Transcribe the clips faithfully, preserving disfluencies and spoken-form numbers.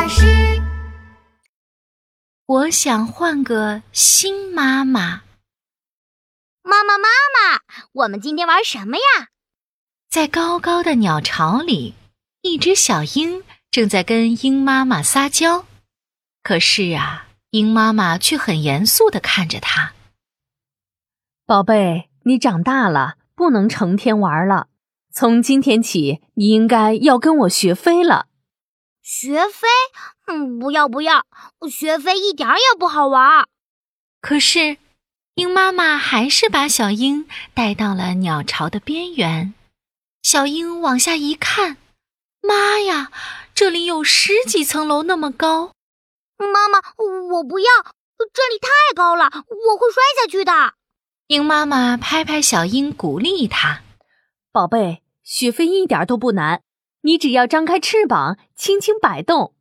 老师， 我想换个新妈妈。 妈妈妈妈，我们今天玩什么呀？ 在高高的鸟巢里，一只小鹰正在跟鹰妈妈撒娇。可是啊，鹰妈妈却很严肃地看着它。 宝贝，你长大了，不能成天玩了。从今天起，你应该要跟我学飞了。 学飞？嗯，不要不要，学飞一点也不好玩。 可是，鹰妈妈还是把小鹰带到了鸟巢的边缘。小鹰往下一看，妈呀，这里有十几层楼那么高！ 妈妈，我不要，这里太高了，我会摔下去的。 鹰妈妈拍拍小鹰，鼓励它： 宝贝，学飞一点都不难，你只要张开翅膀，轻轻摆动。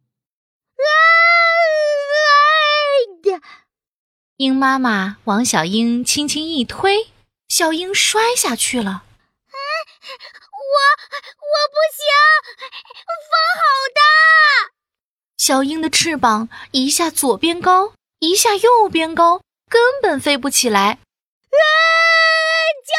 鹰妈妈往小鹰轻轻一推，小鹰摔下去了。 我我不行，风好大！ 小鹰的翅膀一下左边高，一下右边高，根本飞不起来。 啊！救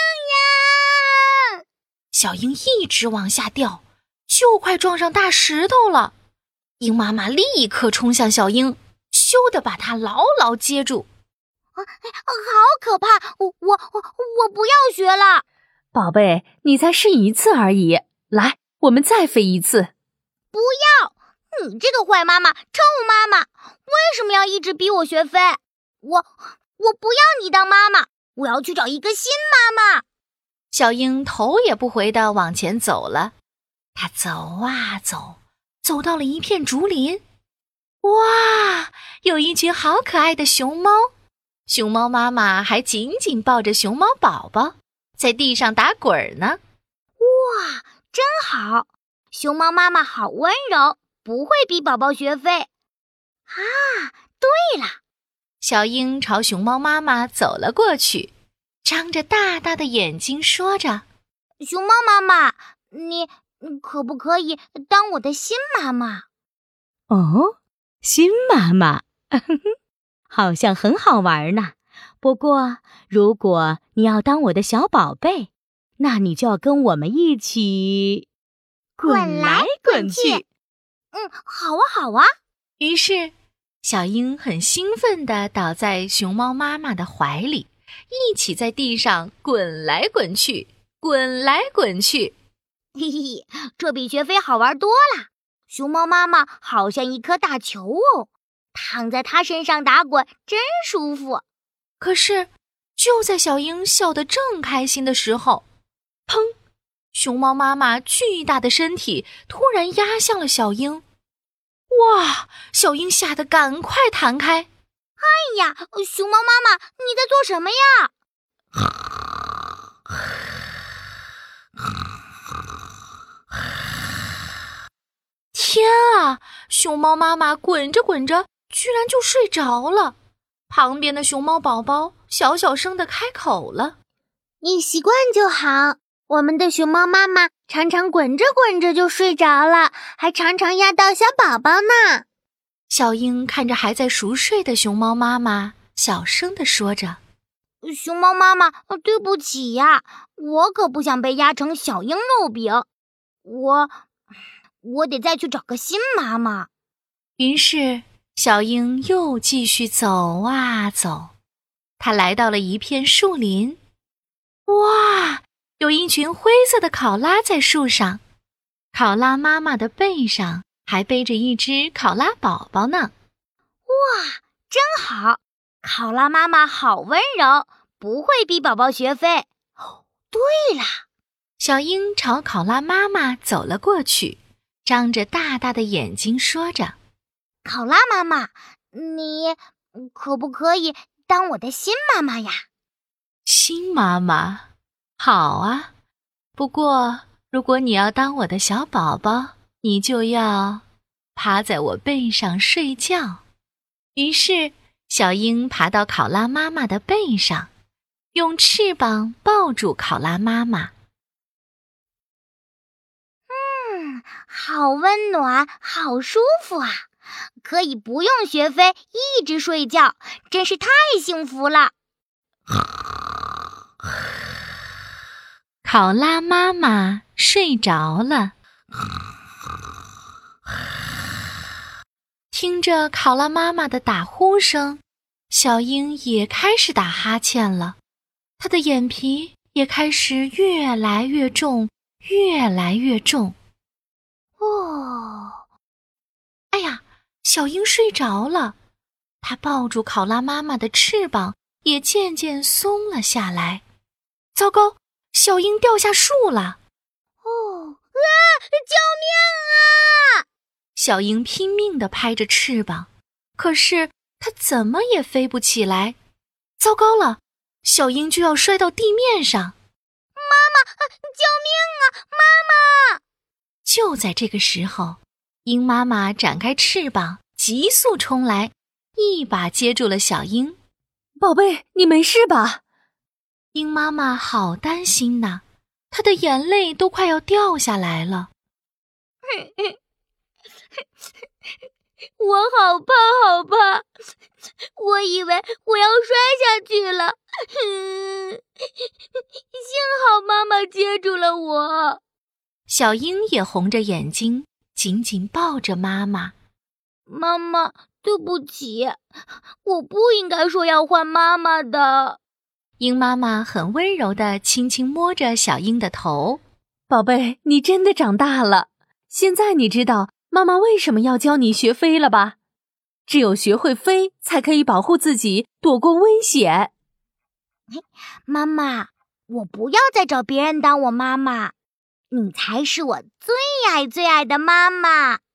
命呀！ 小鹰一直往下掉，就快撞上大石头了。鹰妈妈立刻冲向小鹰，咻地把它牢牢接住。 啊，好可怕！我我我我不要学了。 宝贝，你才试一次而已，来，我们再飞一次。 不要！你这个坏妈妈，臭妈妈，为什么要一直逼我学飞？我我不要你当妈妈，我要去找一个新妈妈。 小鹰头也不回地往前走了。它走啊走，走到了一片竹林。哇，有一群好可爱的熊猫，熊猫妈妈还紧紧抱着熊猫宝宝，在地上打滚呢。 哇，真好！熊猫妈妈好温柔，不会逼宝宝学飞。啊，对了， 小鹰朝熊猫妈妈走了过去，张着大大的眼睛说着： 熊猫妈妈，你可不可以当我的新妈妈？ 哦，新妈妈，好像很好玩呢。不过，如果你要当我的小宝贝，那你就要跟我们一起滚来滚去。嗯，好啊，好啊。 于是，小鹰很兴奋地倒在熊猫妈妈的怀里，一起在地上滚来滚去，滚来滚去。 嘿嘿，这比学飞好玩多了。熊猫妈妈好像一颗大球哦，躺在它身上打滚，真舒服。 可是，就在小鹰笑得正开心的时候，砰！熊猫妈妈巨大的身体突然压向了小鹰。哇！小鹰吓得赶快弹开。 哎呀，熊猫妈妈，你在做什么呀？ 天啊！熊猫妈妈滚着滚着，居然就睡着了。旁边的熊猫宝宝小小声地开口了： 你习惯就好。我们的熊猫妈妈常常滚着滚着就睡着了，还常常压到小宝宝呢。 小鹰看着还在熟睡的熊猫妈妈，小声地说着： 熊猫妈妈，对不起呀，我可不想被压成小鹰肉饼。我我得再去找个新妈妈。 于是小鹰又继续走啊走，它来到了一片树林。哇，有一群灰色的考拉在树上，考拉妈妈的背上还背着一只考拉宝宝呢。 哇，真好！考拉妈妈好温柔，不会逼宝宝学飞。哦，对了， 小鹰朝考拉妈妈走了过去，张着大大的眼睛说着： 考拉妈妈，你可不可以当我的新妈妈呀？ 新妈妈，好啊。不过，如果你要当我的小宝宝，你就要趴在我背上睡觉。于是，小鹰爬到考拉妈妈的背上，用翅膀抱住考拉妈妈。 嗯， 好温暖，好舒服啊！可以不用学飞，一直睡觉，真是太幸福了。 考拉妈妈睡着了，听着考拉妈妈的打呼声，小鹰也开始打哈欠了，它的眼皮也开始越来越重，越来越重。哦，哎呀，小鹰睡着了，它抱住考拉妈妈的翅膀也渐渐松了下来。糟糕，小鹰掉下树了！ 哦，啊！救命啊！ 小鹰拼命地拍着翅膀，可是它怎么也飞不起来。糟糕了，小鹰就要摔到地面上！ 妈妈，救命啊！妈妈！ 就在这个时候，鹰妈妈展开翅膀，急速冲来，一把接住了小鹰。 宝贝，你没事吧？ 鹰妈妈好担心呐，她的眼泪都快要掉下来了。 我好怕好怕，我以为我要摔下去了，幸好妈妈接住了我。 小鹰也红着眼睛，紧紧抱着妈妈。 妈妈，对不起，我不应该说要换妈妈的。 鹰妈妈很温柔地轻轻摸着小鹰的头。 宝贝，你真的长大了，现在你知道妈妈为什么要教你学飞了吧？只有学会飞，才可以保护自己，躲过危险。 妈妈，我不要再找别人当我妈妈，你才是我最爱最爱的妈妈。